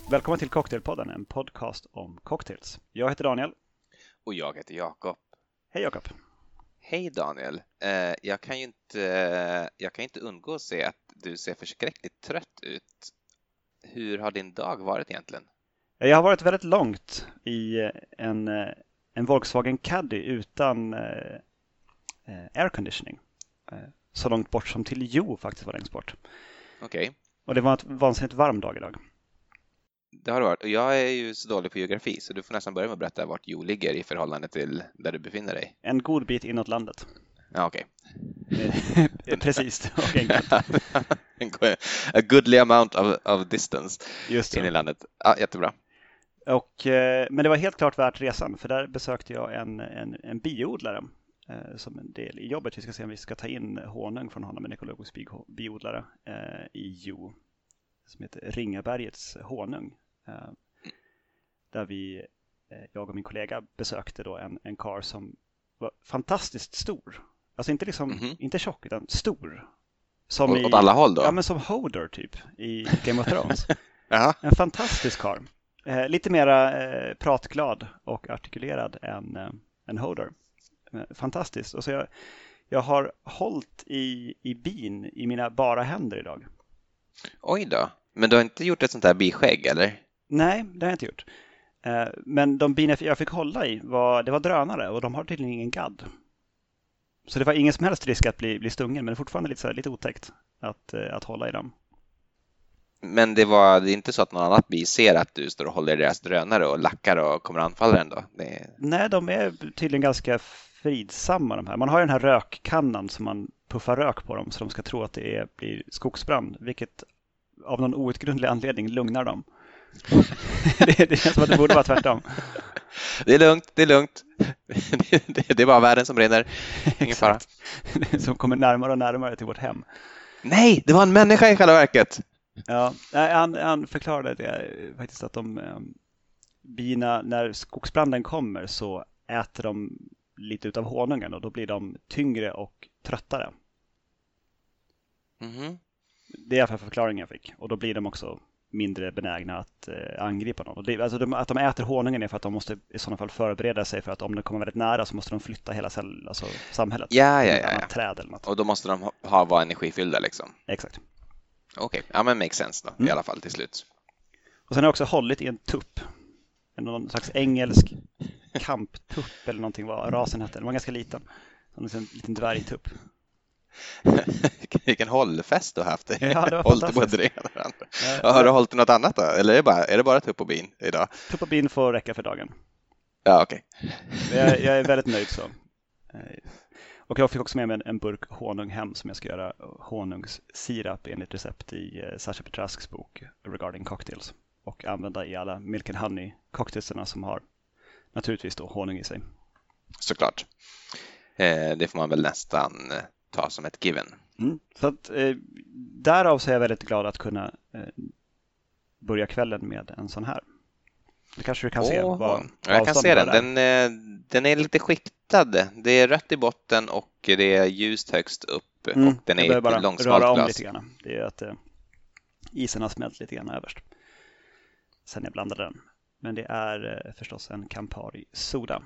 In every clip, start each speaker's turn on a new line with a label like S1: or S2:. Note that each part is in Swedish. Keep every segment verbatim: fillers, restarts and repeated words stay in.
S1: Välkommen till Cocktailpodden, en podcast om cocktails. Jag heter Daniel.
S2: Och jag heter Jakob.
S1: Hej Jakob.
S2: Hej Daniel. Eh, jag kan ju inte, eh, jag kan inte undgå att se att du ser förskräckligt trött ut. Hur har din dag varit egentligen?
S1: Jag har varit väldigt långt i en, en Volkswagen Caddy utan eh, air conditioning. Eh, så långt bort som till Jo faktiskt var längst bort.
S2: Okej. Okay.
S1: Och det var en vansinnigt varm dag idag.
S2: Det har det varit. Och jag är ju så dålig på geografi så du får nästan börja med att berätta vart Jo ligger i förhållande till där du befinner dig.
S1: En god bit inåt landet.
S2: Ja, okej.
S1: Okay. Precis, och enkelt.
S2: A goodly amount of, of distance
S1: Just
S2: in i landet. Ja, jättebra.
S1: Och, eh, men det var helt klart värt resan, för där besökte jag en, en, en biodlare eh, som en del i jobbet. Vi ska se om vi ska ta in honung från honom, en ekologisk bi- biodlare eh, i Jo som heter Ringabergets honung. Eh, där vi, eh, jag och min kollega besökte då en, en kar som var fantastiskt stor. Alltså inte liksom, mm-hmm. inte tjock utan stor. Som
S2: Å,
S1: i,
S2: åt alla håll då?
S1: Ja, men som Hodor typ i Game of Thrones.
S2: Jaha.
S1: En fantastisk karl. Eh, lite mera eh, pratglad och artikulerad än, eh, än Hodor. Eh, fantastiskt. Och så jag, jag har hållit i, i bin i mina bara händer idag.
S2: Oj då. Men du har inte gjort ett sånt här biskägg, eller?
S1: Nej, det har jag inte gjort. Eh, men de bin jag fick hålla i var, det var drönare och de har tydligen ingen gadd. Så det var ingen som helst risk att bli, bli stungen, men det är fortfarande lite, så här, lite otäckt att, eh, att hålla i dem.
S2: Men det var det är inte så att någon annat bi ser att du står och håller deras drönare och lackar och kommer anfalla den då? Det...
S1: Nej, de är tydligen ganska fridsamma de här. Man har ju den här rökkannan som man puffar rök på dem så de ska tro att det är, blir skogsbrand, vilket av någon outgrundlig anledning lugnar dem. det, det känns som att det borde vara tvärtom.
S2: Det är lugnt, det är lugnt. det, det, det är bara världen som brinner. Ingen fara.
S1: Som kommer närmare och närmare till vårt hem.
S2: Nej, det var en människa i själva verket.
S1: Ja, han, han förklarade det faktiskt att de bina, när skogsbranden kommer så äter de lite utav honungen och då blir de tyngre och tröttare.
S2: Mm-hmm.
S1: Det är i alla fall förklaringen jag fick. Och då blir de också mindre benägna att eh, angripa någon. Och det, alltså de, att de äter honungen är för att de måste i sådana fall förbereda sig för att om de kommer väldigt nära så måste de flytta hela cell, alltså samhället.
S2: Ja, ja, ja, ja.
S1: Träd eller något.
S2: Och då måste de ha, ha vara energifyllda liksom.
S1: Exakt.
S2: Okej, okay. Ja men makes sense då, mm. i alla fall till slut.
S1: Och sen har jag också hållit i en tupp. Någon slags engelsk kamptupp eller någonting var rasen hette. Den var ganska liten. En liten, liten dvärgtupp.
S2: Vilken hållfest du har haft.
S1: Ja, det var
S2: hållit
S1: fantastiskt.
S2: På ja, ja. Har du hållit i något annat då? Eller är det bara, är det bara tupp och bin idag?
S1: Tupp och bin får räcka för dagen.
S2: Ja, okej.
S1: Okay. Jag, jag är väldigt nöjd så. Och jag fick också med mig en burk honung hem som jag ska göra honungssirap enligt recept i Sasha Petrasks bok Regarding Cocktails. Och använda i alla Milk and Honey cocktailsarna som har naturligtvis då honung i sig.
S2: Såklart. Eh, det får man väl nästan ta som ett given.
S1: Mm. Så att, eh, därav så är jag väldigt glad att kunna eh, börja kvällen med en sån här. Det kanske du kan oh, se. Vad,
S2: jag kan se den. Den, eh, den är lite skiktad. Det är rött i botten och det är ljust högst upp.
S1: Mm.
S2: Och den är
S1: jag bara
S2: ett långsmalt
S1: röra om
S2: glas.
S1: Lite grann. Det är att eh, isen har smält lite grann överst. Sen jag blandade den. Men det är eh, förstås en Campari Soda.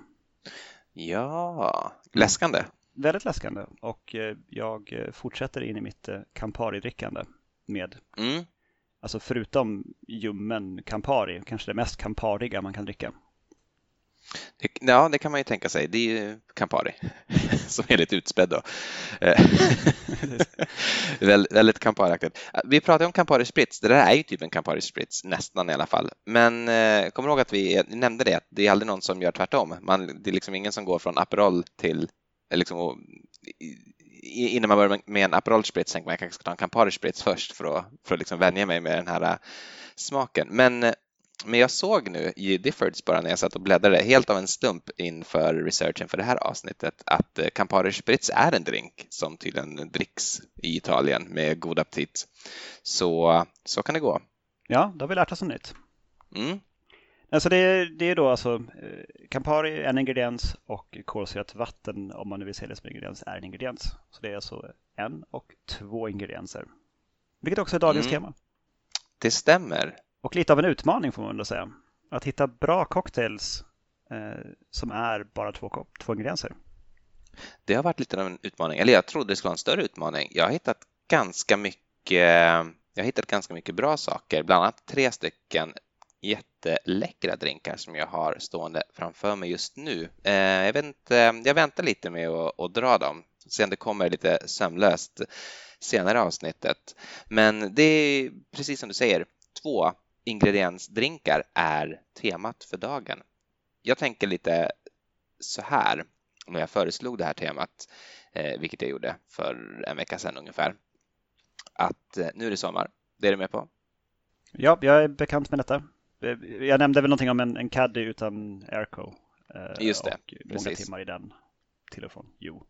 S2: Ja, läskande. Mm.
S1: Väldigt läskande. Och eh, jag fortsätter in i mitt eh, Campari-drickande med,
S2: mm.
S1: alltså förutom ljummen Campari, kanske det mest Campariga man kan dricka.
S2: Det, ja, det kan man ju tänka sig. Det är ju Campari som är lite utspädd då. Väl, väldigt Campari-aktigt. Vi pratade om Campari Spritz. Det där är ju typ en Campari Spritz, nästan i alla fall. Men eh, kommer ihåg att vi nämnde det. Det är aldrig någon som gör tvärtom. Man, det är liksom ingen som går från Aperol till... Liksom, innan man börjar med en Aperol Spritz tänker man att jag kanske ska ta en Campari Spritz först för att, för att liksom vänja mig med den här uh, smaken. Men, men jag såg nu i Diffords bara när jag satt och bläddrade helt av en stump inför researchen för det här avsnittet att uh, Campari Spritz är en drink som tydligen dricks i Italien med god aptit. Så, så kan det gå.
S1: Ja, då har vi lärt oss något nytt.
S2: Mm.
S1: Alltså det, är, det är då alltså Campari en ingrediens och kolsyrat vatten, om man nu vill säga det som ingrediens, är en ingrediens. Så det är alltså en och två ingredienser. Vilket också är dagens
S2: mm.
S1: tema.
S2: Det stämmer.
S1: Och lite av en utmaning får man väl säga. Att hitta bra cocktails eh, som är bara två, två ingredienser.
S2: Det har varit lite av en utmaning, eller jag trodde det skulle vara en större utmaning. Jag har hittat ganska mycket, jag har hittat ganska mycket bra saker, bland annat tre stycken jätteläckra drinkar som jag har stående framför mig just nu. Eh, jag, vet inte, jag väntar lite med att, att dra dem, sen det kommer lite sömlöst senare i avsnittet. Men det är precis som du säger, två ingrediensdrinkar är temat för dagen. Jag tänker lite så här när jag föreslog det här temat, eh, vilket jag gjorde för en vecka sedan ungefär, att eh, nu är det sommar. Det är du med på?
S1: Ja, jag är bekant med detta. Jag nämnde väl någonting om en, en caddy utan airco. Eh,
S2: Just det,
S1: och många
S2: precis.
S1: timmar i den till och från. Jo.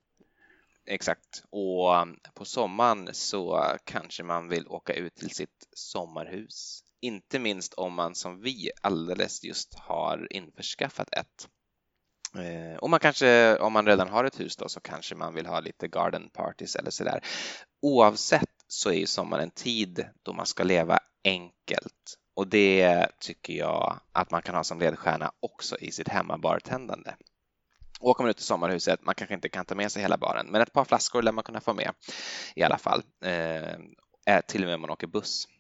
S2: Exakt. Och um, på sommaren så kanske man vill åka ut till sitt sommarhus. Inte minst om man som vi alldeles just har införskaffat ett. Eh, och man kanske, om man redan har ett hus då, så kanske man vill ha lite garden parties eller sådär. Oavsett så är ju sommaren en tid då man ska leva enkelt. Och det tycker jag att man kan ha som ledstjärna också i sitt hemmabartendande. Åker man ut till sommarhuset, man kanske inte kan ta med sig hela baren, men ett par flaskor lär man kunna få med i alla fall. Eh, till och med om man åker buss.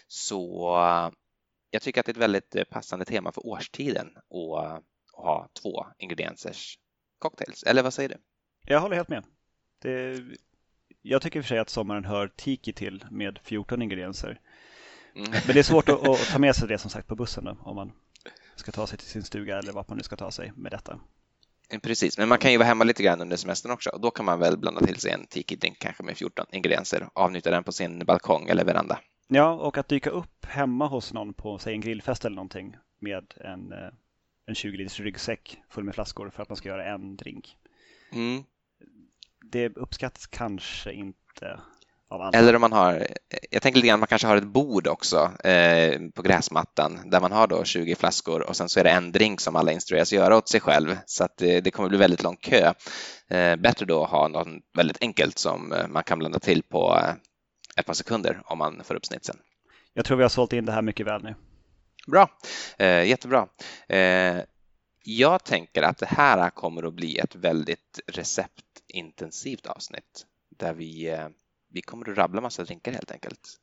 S2: Så jag tycker att det är ett väldigt passande tema för årstiden att ha två ingrediensers cocktails. Eller vad säger du?
S1: Jag håller helt med. Det, jag tycker i och för sig att sommaren hör tiki till med fjorton ingredienser. Mm. Men det är svårt att, att ta med sig det som sagt på bussen då, om man ska ta sig till sin stuga eller vart man nu ska ta sig med detta.
S2: Precis, men man kan ju vara hemma lite grann under semestern också. Och då kan man väl blanda till sig en tiki-drink kanske med fjorton ingredienser och avnyttja den på sin balkong eller veranda.
S1: Ja, och att dyka upp hemma hos någon på säg en grillfest eller någonting med en, en tjugo liters ryggsäck full med flaskor för att man ska göra en drink.
S2: Mm.
S1: Det uppskattas kanske inte av alla.
S2: Eller om man har, jag tänker lite grann, man kanske har ett bord också eh, på gräsmattan där man har då tjugo flaskor och sen så är det en drink som alla instrueras göra åt sig själv, så att det, det kommer bli väldigt lång kö. Eh, bättre då att ha något väldigt enkelt som man kan blanda till på eh, ett par sekunder om man får upp snitsen.
S1: Jag tror vi har sålt in det här mycket väl nu.
S2: Bra, eh, jättebra. Eh, jag tänker att det här kommer att bli ett väldigt receptintensivt avsnitt där vi eh, Vi kommer att rabbla massa drinkar helt enkelt.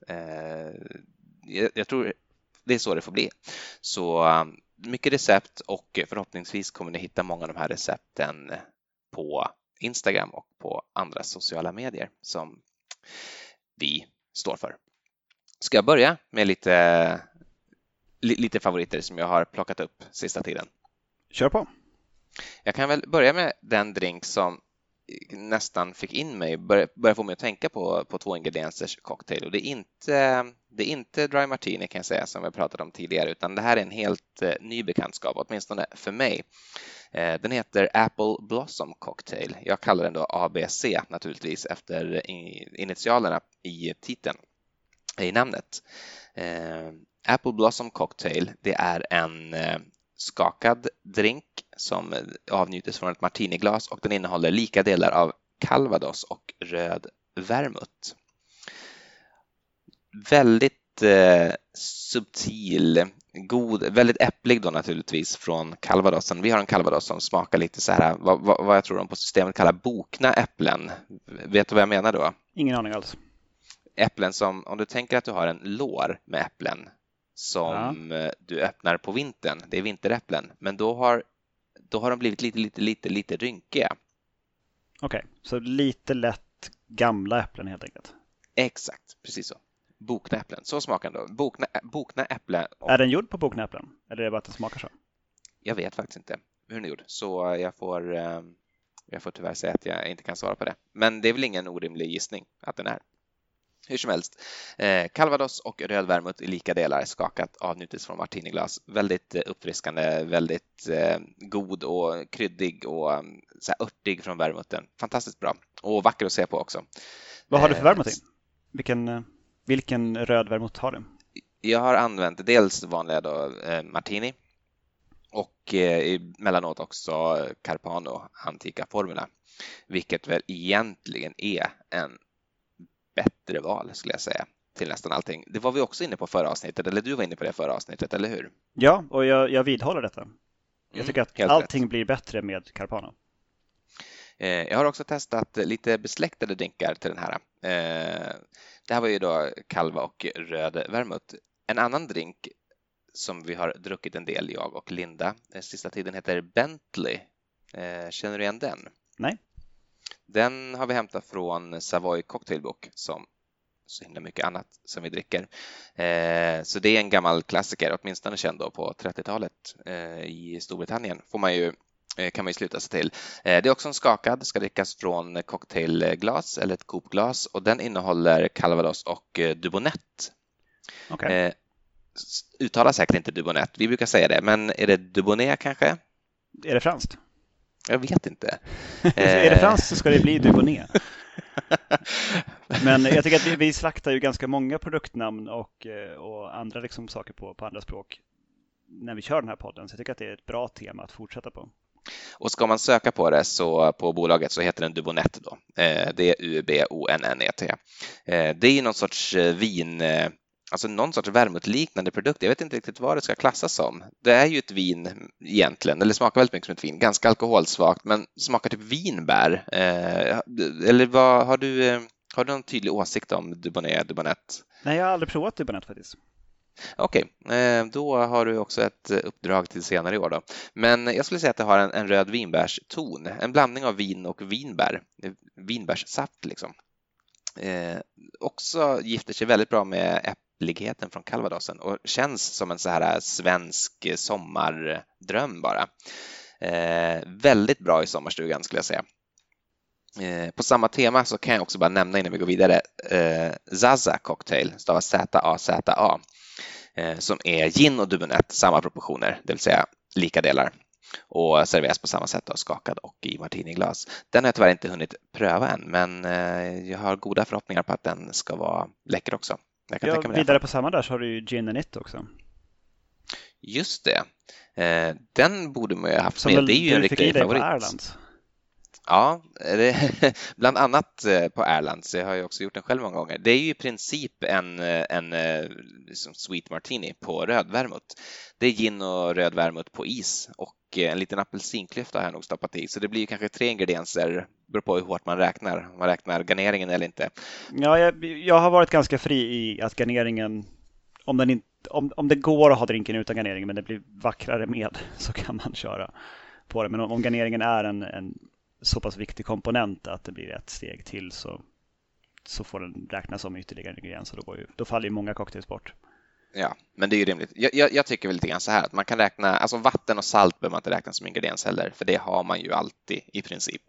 S2: Jag tror det är så det får bli. Så mycket recept och förhoppningsvis kommer ni hitta många av de här recepten på Instagram och på andra sociala medier som vi står för. Ska jag börja med lite, lite favoriter som jag har plockat upp sista tiden?
S1: Kör på.
S2: Jag kan väl börja med den drink som nästan fick in mig, började börja få mig att tänka på, på två ingrediensers cocktail, och det är inte, det är inte dry martini kan jag säga som vi pratade om tidigare, utan det här är en helt eh, ny bekantskap, åtminstone för mig. Eh, den heter Apple Blossom Cocktail. Jag kallar den då A B C naturligtvis efter initialerna i titeln, i namnet. Eh, Apple Blossom Cocktail, det är en eh, skakad drink som avnjuts från ett martiniglas, och den innehåller lika delar av calvados och röd vermouth. Väldigt eh, subtil, god, väldigt äpplig då naturligtvis från calvadosen. Vi har en calvados som smakar lite så här, vad, vad, vad jag tror de på systemet kallar bokna äpplen. Vet du vad jag menar då?
S1: Ingen aning alls.
S2: Äpplen som, om du tänker att du har en lår med äpplen som ja. du öppnar på vintern, det är vinteräpplen, men då har, då har de blivit lite, lite, lite, lite rynkiga.
S1: Okej, okay, så lite lätt gamla äpplen helt enkelt.
S2: Exakt, precis så. Bokna äpplen, så smakar den då. Bokna, bokna äpplen. Och...
S1: Är den gjord på bokna äpplen? Eller är det bara att den smakar så?
S2: Jag vet faktiskt inte hur den är gjord, så jag får, jag får tyvärr säga att jag inte kan svara på det. Men det är väl ingen orimlig gissning att den är. Hur som helst, eh, calvados och röd vermouth i lika delar, skakat, avnjuts från martiniglas. Väldigt eh, uppfriskande, väldigt eh, god och kryddig och eh, så här örtig från vermouthen. Fantastiskt bra och vacker att se på också.
S1: Vad har du för vermouth i? Vilken, vilken röd vermouth har du?
S2: Jag har använt dels vanliga då, eh, martini och eh, emellanåt också Carpano Antica Formula, vilket väl egentligen är en bättre val skulle jag säga. till nästan allting. Det var vi också inne på förra avsnittet, eller du var inne på det förra avsnittet, eller hur?
S1: Ja, och jag, jag vidhåller detta. Jag tycker
S2: Mm,
S1: att allting rätt. blir bättre med Carpano.
S2: Eh, jag har också testat lite besläktade drinkar till den här. Eh, det här var ju då kalva och röd vermouth. En annan drink som vi har druckit en del, jag och Linda, den sista tiden heter Bentley. Eh, känner du igen den?
S1: Nej.
S2: Den har vi hämtat från Savoy Cocktailbook, som så himla mycket annat som vi dricker. Eh, så det är en gammal klassiker, åtminstone känd då på trettiotalet eh, i Storbritannien. Får man ju, eh, kan man ju sluta sig till. Eh, det är också en skakad, ska drickas från cocktailglas eller ett kopglas, och den innehåller Calvados och eh, Dubonnet.
S1: Okay.
S2: Eh, uttalar säkert inte Dubonnet, vi brukar säga det, men är det Dubonnet kanske?
S1: Är det franskt?
S2: Jag vet inte.
S1: Är det franskt så ska det bli Dubonnet. Men jag tycker att vi, vi slaktar ju ganska många produktnamn och, och andra liksom saker på, på andra språk när vi kör den här podden. Så jag tycker att det är ett bra tema att fortsätta på.
S2: Och ska man söka på det så på bolaget så heter den Dubonnet då. Det är U B O N N E T. Det är någon sorts vin, alltså någon sorts vermouthliknande produkt. Jag vet inte riktigt vad det ska klassas som. Det är ju ett vin egentligen, eller smakar väldigt mycket som ett vin. Ganska alkoholsvagt, men smakar typ vinbär. Eller vad, har du, har du någon tydlig åsikt om Dubonnet, Dubonnet?
S1: Nej, jag har aldrig provat Dubonnet faktiskt.
S2: Okej, då har du också ett uppdrag till senare i år då. Men jag skulle säga att det har en, en röd vinbärston. En blandning av vin och vinbär. Vinbärssaft liksom. Eh, också gifter sig väldigt bra med äppligheten från Calvadosen och känns som en så här svensk sommardröm bara. Eh, väldigt bra i sommarstugan skulle jag säga. Eh, på samma tema så kan jag också bara nämna innan vi går vidare eh, Zaza Cocktail, stavas Z A Z A, eh, som är gin och Dubonnet, samma proportioner, det vill säga lika delar, och serveras på samma sätt då, skakad och i martiniglas. Den har jag tyvärr inte hunnit pröva än, men eh, jag har goda förhoppningar på att den ska vara läcker också. Jag kan
S1: ja,
S2: tänka mig
S1: vidare
S2: det.
S1: På samma där så har du ju gin and it också.
S2: Just det. Eh, den borde man ju ha haft
S1: som
S2: med. Det är ju en riktig favorit.
S1: På Erland.
S2: Ja, det, bland annat på Erland, så jag har ju också gjort den själv många gånger. Det är ju i princip en, en liksom sweet martini på röd vermouth. Det är gin och röd vermouth på is och en liten apelsinklyfta har jag nog stoppat i. Så det blir ju kanske tre ingredienser, beror på hur hårt man räknar. Om man räknar garneringen eller inte.
S1: Ja, jag, jag har varit ganska fri i att garneringen, om, den inte, om, om det går att ha drinken utan garnering men det blir vackrare med, så kan man köra på det. Men om, om garneringen är en, en så pass viktig komponent att det blir ett steg till, så, så får den räknas som ytterligare ingrediens, och då, går ju, då faller ju många cocktails bort.
S2: Ja, men det är ju rimligt. Jag, jag, jag tycker väl lite grann så här att man kan räkna, alltså vatten och salt behöver man inte räkna som ingrediens heller, för det har man ju alltid i princip.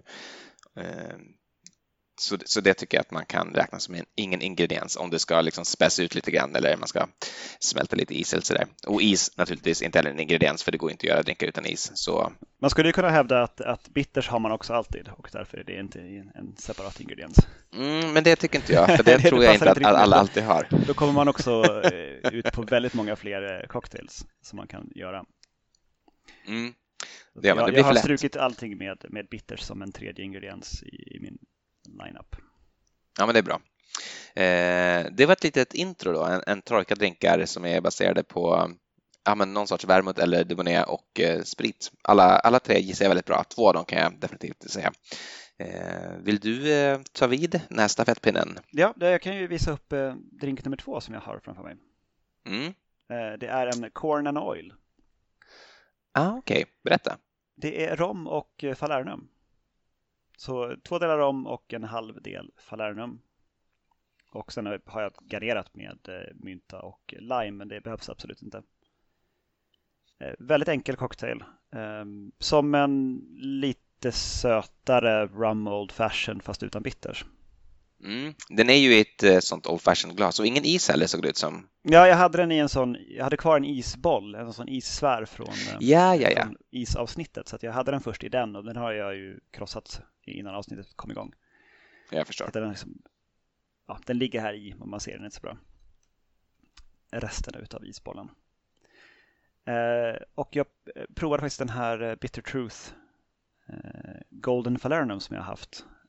S2: Så, så det tycker jag att man kan räkna som en, ingen ingrediens om det ska liksom späs ut lite grann eller man ska smälta lite is eller sådär. Och is naturligtvis inte heller en ingrediens, för det går inte att göra drinkar utan is. Så...
S1: Man skulle ju kunna hävda att, att bitters har man också alltid, och därför är det inte en separat ingrediens.
S2: Mm, men det tycker inte jag, för det, det tror jag inte att alla alltid har.
S1: Då kommer man också ut på väldigt många fler cocktails som man kan göra.
S2: Mm.
S1: Det, jag, det jag har lätt. strukit allting med, med bitters som en tredje ingrediens i, i min lineup.
S2: Ja, men det är bra. Eh, det var ett litet intro då, en, en trojka drinkar som är baserade på ja, men någon sorts vermouth eller Dubonnet och eh, sprit. Alla, alla tre gissar jag väldigt bra. Två av dem kan jag definitivt säga. Eh, vill du eh, ta vid nästa stafettpinnen?
S1: Ja, jag kan ju visa upp eh, drink nummer två som jag har framför mig.
S2: Mm.
S1: Eh, det är en corn and oil.
S2: Ah, okej. Okay. Berätta.
S1: Det är rom och eh, falernum. Så två delar rom och en halv del falernum. Och sen har jag garnerat med eh, mynta och lime, men det behövs absolut inte. Eh, väldigt enkel cocktail. Eh, som en lite sötare rum old fashion fast utan bitters.
S2: Mm. Den är ju i ett eh, sånt old fashion glas och ingen is heller, såg det ut som.
S1: Ja, jag hade den i en sån, jag hade kvar en isboll, en sån issvär från,
S2: ja, ja, ja.
S1: från isavsnittet, så att jag hade den först i den, och den har jag ju krossat innan avsnittet kom igång.
S2: Jag förstår.
S1: Den, liksom, ja, den ligger här i, och man ser den inte så bra. Resten utav isbollen. Eh, och jag provade faktiskt den här Bitter Truth eh, Golden Falernum som jag har haft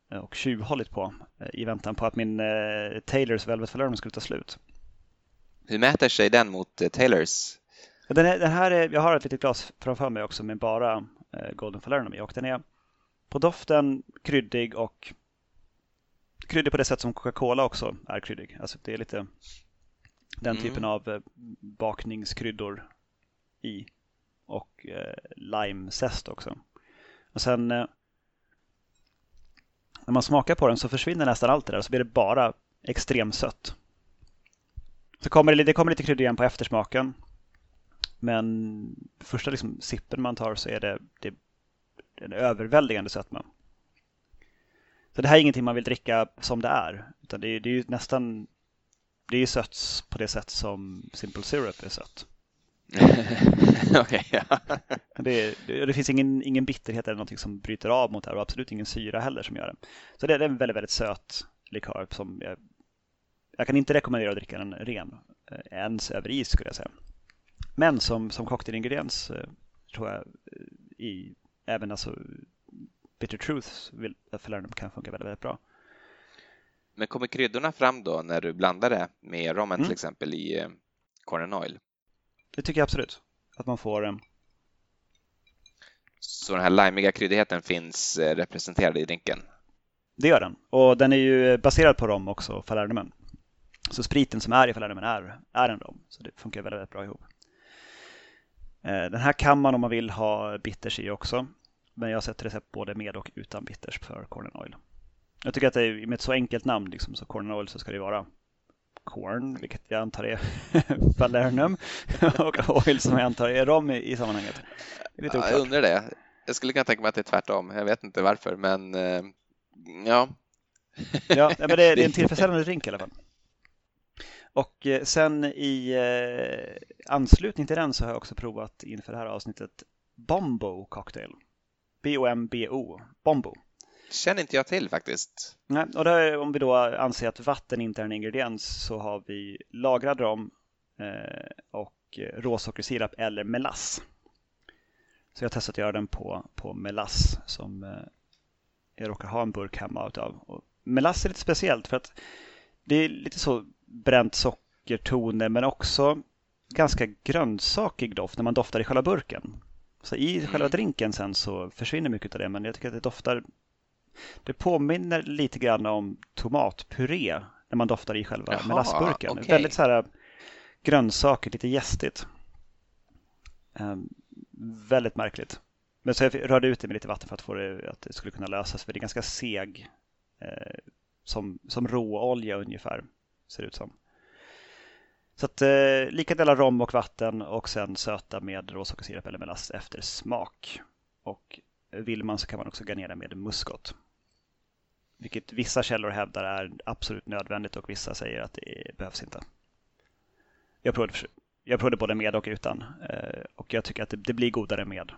S1: och tjuvhållit på i väntan på att min eh, Taylors Velvet Falernum skulle ta slut.
S2: Hur mäter sig den mot eh, Taylors?
S1: Den, är, den här är, jag har ett litet glas framför mig också med bara eh, Golden Falernum i, och den är på doften kryddig och kryddig på det sätt som Coca-Cola också är kryddig. Alltså det är lite den
S2: Mm.
S1: typen av eh, bakningskryddor i, och eh, limezest också. Och sen eh, när man smakar på den så försvinner nästan allt det där och så blir det bara extremt sött. Så kommer det, det kommer lite kryddor igen på eftersmaken. Men första liksom sippen man tar så är det, det en överväldigande sötma. Så det här är ingenting man vill dricka som det är. Utan det är, det är ju nästan det är ju sött på det sätt som Simple Syrup är sött.
S2: Okej, ja.
S1: Det, det, det finns ingen, ingen bitterhet eller någonting som bryter av mot det här och absolut ingen syra heller som gör det. Så det, det är en väldigt, väldigt söt likör som jag, jag kan inte rekommendera att dricka den ren. Eh, ens över is skulle jag säga. Men som, som cocktailingrediens eh, tror jag eh, i även alltså Bitter Truths Falernum kan funka väldigt, väldigt bra.
S2: Men kommer kryddorna fram då när du blandar det med rommen
S1: Mm.
S2: till exempel i eh, corn oil?
S1: Det tycker jag absolut. Att man får... Eh,
S2: Så den här limeiga kryddigheten finns eh, representerad i drinken?
S1: det gör den. Och den är ju baserad på rom också, Falernumen. Så spriten som är i Falernumen är, är en rom. Så det funkar väldigt, väldigt bra ihop. Eh, den här kan man om man vill ha bitters i också. Men jag har sett recept både med och utan bitters för corn oil. Jag tycker att det är med ett så enkelt namn liksom, så corn oil så ska det vara corn, vilket jag antar är Falernum, och oil som jag antar är rom i, i sammanhanget. Det är lite
S2: Ja,
S1: oklart.
S2: jag undrar det. Jag skulle kunna tänka mig att det är tvärtom. Jag vet inte varför, men eh, ja.
S1: Ja, men det, det är en tillfredsställande drink i alla fall. Och eh, sen i eh, anslutning till den så har jag också provat inför det här avsnittet Bombo Cocktail. B O M B O. Bombo.
S2: Känner inte jag till faktiskt.
S1: Nej, och där, om vi då anser att vatten inte är en ingrediens så har vi lagrad rom eh, och råsockersirap eller melass. Så jag har testat att göra den på, på melass som eh, jag råkar ha en burk hemma utav. Och melass är lite speciellt för att det är lite så bränt sockertoner men också ganska grönsakig doft när man doftar i själva burken. Så i
S2: Mm.
S1: själva drinken sen så försvinner mycket av det, men jag tycker att det doftar, det påminner lite grann om tomatpuré när man doftar i själva
S2: Jaha,
S1: melassburken.
S2: okej.
S1: Väldigt så här grönsakigt, lite jästigt. Um, väldigt märkligt. Men så jag rörde ut det med lite vatten för att få det att det skulle kunna lösas, för det är ganska seg eh, som, som råolja ungefär ser det ut som. Så att eh, lika delar rom och vatten och sen söta med råsockersirap eller melass efter smak. Och vill man så kan man också garnera med muskot. Vilket vissa källor hävdar är absolut nödvändigt och vissa säger att det behövs inte. Jag provade, jag provade både med och utan. Eh, och jag tycker att det, det blir godare med.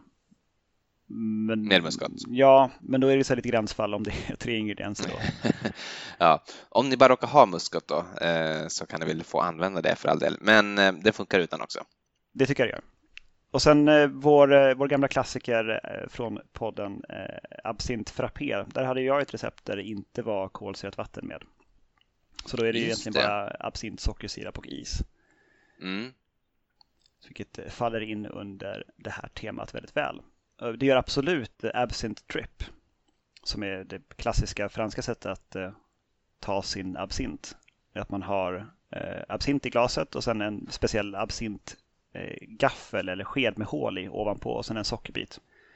S1: Men,
S2: Med muskot?
S1: Ja, men då är det så lite gränsfall om det är tre ingredienser då.
S2: Ja, om ni bara råkar ha muskot då eh, så kan ni väl få använda det för all del. Men eh, det funkar utan också.
S1: Det tycker jag det gör. Och sen eh, vår, eh, vår gamla klassiker eh, från podden eh, Absint Frappé. Där hade jag ett recept där det inte var kolsyrat vatten med. Så då är det ju
S2: Just
S1: egentligen
S2: det.
S1: bara absint, sockersirap och is.
S2: Mm.
S1: Vilket eh, faller in under det här temat väldigt väl. Eh, Det gör absolut eh, absint drip. Som är det klassiska franska sättet att eh, ta sin absint. Att man har eh, absint i glaset och sen en speciell absint eh, gaffel eller sked med hål i ovanpå och sen en sockerbit.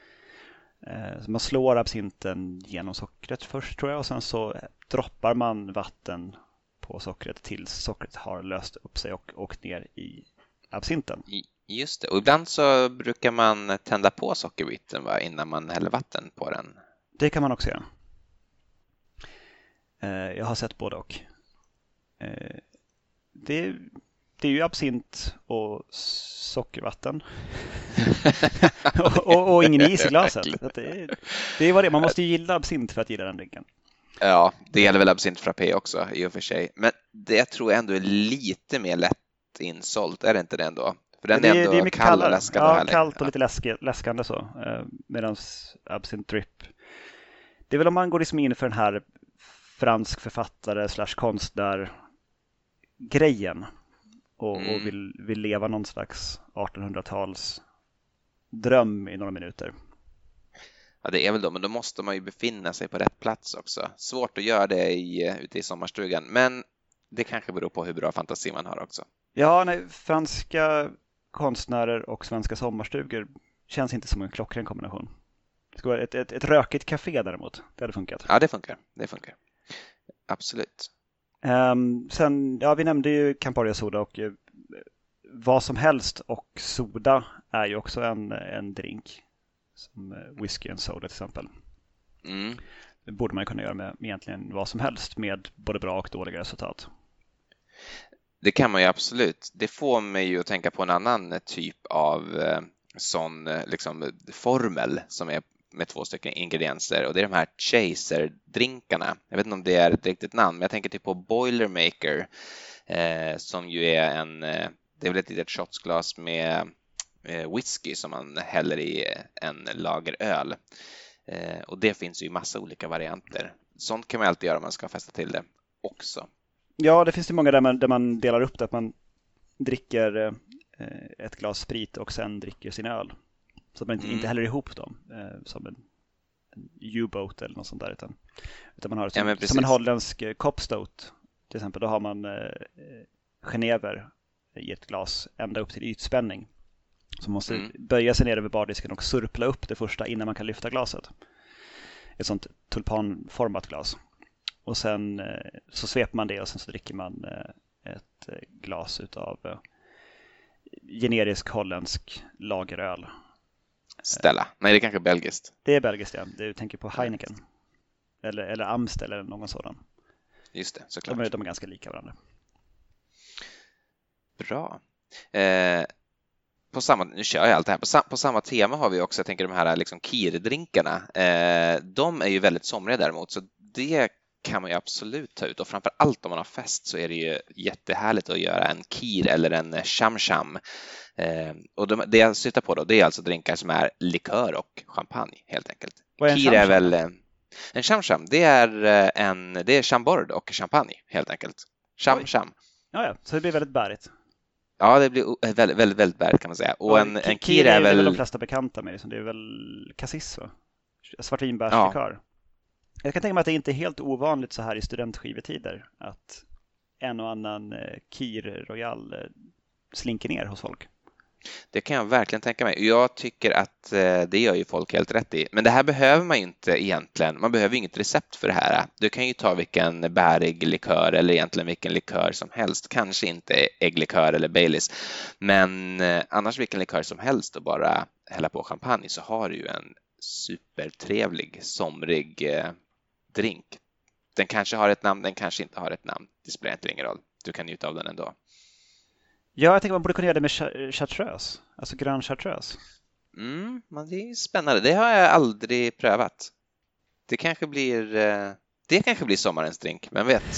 S1: Eh, så man slår absinten genom sockret först tror jag och sen så droppar man vatten på sockret tills sockret har löst upp sig och åkt ner i absinten.
S2: I- Just det. Och ibland så brukar man tända på sockerbiten va, innan man häller vatten på den.
S1: Det kan man också göra. Eh, jag har sett både och. Eh, det, det är ju absint och sockervatten. och, och, och ingen is i glaset. Så att det, är, det är vad det är. Man måste ju gilla absint för att gilla den drinken.
S2: Ja, det gäller väl absint frappé också i och för sig. Men det tror jag ändå är lite mer lätt insålt, är det inte det ändå? För den
S1: det,
S2: är ändå
S1: det är mycket
S2: kall och
S1: kallare.
S2: läskande.
S1: Ja,
S2: härlig.
S1: kallt och lite läske, läskande så. Eh, Medan absint drip. Det är väl om man går liksom in för den här fransk författare slash konstnär grejen och,
S2: Mm.
S1: och vill, vill leva någon slags artonhundratals dröm i några minuter.
S2: Ja, det är väl då, men då måste man ju befinna sig på rätt plats också. Svårt att göra det i, ute i sommarstugan, men det kanske beror på hur bra fantasi man har också.
S1: Ja, nej, franska konstnärer och svenska sommarstugor känns inte som en klockren kombination. Det ska vara ett, ett, ett rökigt café däremot, det hade funkat.
S2: Ja, det funkar. Det funkar. Absolut.
S1: Um, sen, ja, vi nämnde ju Campari och soda och uh, vad som helst och soda är ju också en, en drink. Som uh, whisky och soda till exempel.
S2: Mm.
S1: Det borde man ju kunna göra med, med egentligen vad som helst med både bra och dåliga resultat.
S2: Det kan man ju absolut. Det får mig ju att tänka på en annan typ av eh, sån eh, liksom, formel som är med två stycken ingredienser och det är de här chaser-drinkarna. Jag vet inte om det är ett riktigt namn, men jag tänker typ på Boilermaker eh, som ju är en, eh, det är väl ett litet shotsglas med eh, whisky som man häller i en lageröl. Eh, och det finns ju massa olika varianter. Sånt kan man alltid göra om man ska fästa till det också.
S1: Ja, det finns ju många där man, där man delar upp det, att man dricker eh, ett glas sprit och sen dricker sin öl. Så att man inte,
S2: Mm.
S1: inte häller ihop dem eh, som en, en U-boat eller något sånt där. Utan, utan man har det som,
S2: Ja, men
S1: som en
S2: precis.
S1: holländsk eh, Kopstoot till exempel. Då har man eh, genever i ett glas ända upp till ytspänning. Så man måste
S2: Mm.
S1: böja sig ner över bardisken och surpla upp det första innan man kan lyfta glaset. Ett sånt tulpanformat glas. Och sen eh, så sveper man det och sen så dricker man eh, ett eh, glas utav eh, generisk holländsk lageröl.
S2: Stella. Nej, det är kanske belgiskt.
S1: Det är belgiskt, ja. Du tänker på Heineken. Eller, eller Amstel eller någon sådan.
S2: Just det, såklart.
S1: De är, de är ganska lika varandra.
S2: Bra. Eh, på samma, nu kör jag allt det här. På, sam, på samma tema har vi också, jag tänker de här liksom kirdrinkarna. Eh, de är ju väldigt somriga däremot, så det kan man ju absolut ta ut. Och framför allt om man har fest så är det ju jättehärligt att göra en kir eller en cham-cham. Eh, och de, det jag syftar på då, det är alltså drinkar som är likör och champagne helt enkelt.
S1: Vad är en
S2: Kir är
S1: cham-cham?
S2: väl eh, en cham-cham. Det är eh, en det är chambord och champagne helt enkelt. Cham-cham.
S1: Ja, ja, så det blir väldigt bärigt.
S2: Ja, det blir o- väldigt, väldigt, väldigt bärigt kan man säga. Och
S1: Ja,
S2: en,
S1: ki-
S2: en kir är
S1: väl
S2: väl...
S1: de flesta bekanta med. Liksom. Det är väl cassis, va? Svartvinbärslikör. Jag kan tänka mig att det inte är helt ovanligt så här i studentskivetider att en och annan eh, Kir Royal eh, slinker ner hos folk.
S2: Det kan jag verkligen tänka mig. Jag tycker att eh, det gör ju folk helt rätt i. Men det här behöver man ju inte egentligen. Man behöver ju inget recept för det här. Du kan ju ta vilken bärig likör eller egentligen vilken likör som helst. Kanske inte ägglikör eller Baileys. Men eh, annars vilken likör som helst och bara hälla på champagne så har du ju en supertrevlig, somrig eh, drink. Den kanske har ett namn, den kanske inte har ett namn. Det spelar inte ingen roll. Du kan njuta av den ändå.
S1: Ja, jag tänker man borde kunna göra det med cha- chartreuse. Alltså grön chartreuse.
S2: Mm, men det är spännande. Det har jag aldrig prövat. Det kanske blir, eh, det kanske blir sommarens drink, vem vet?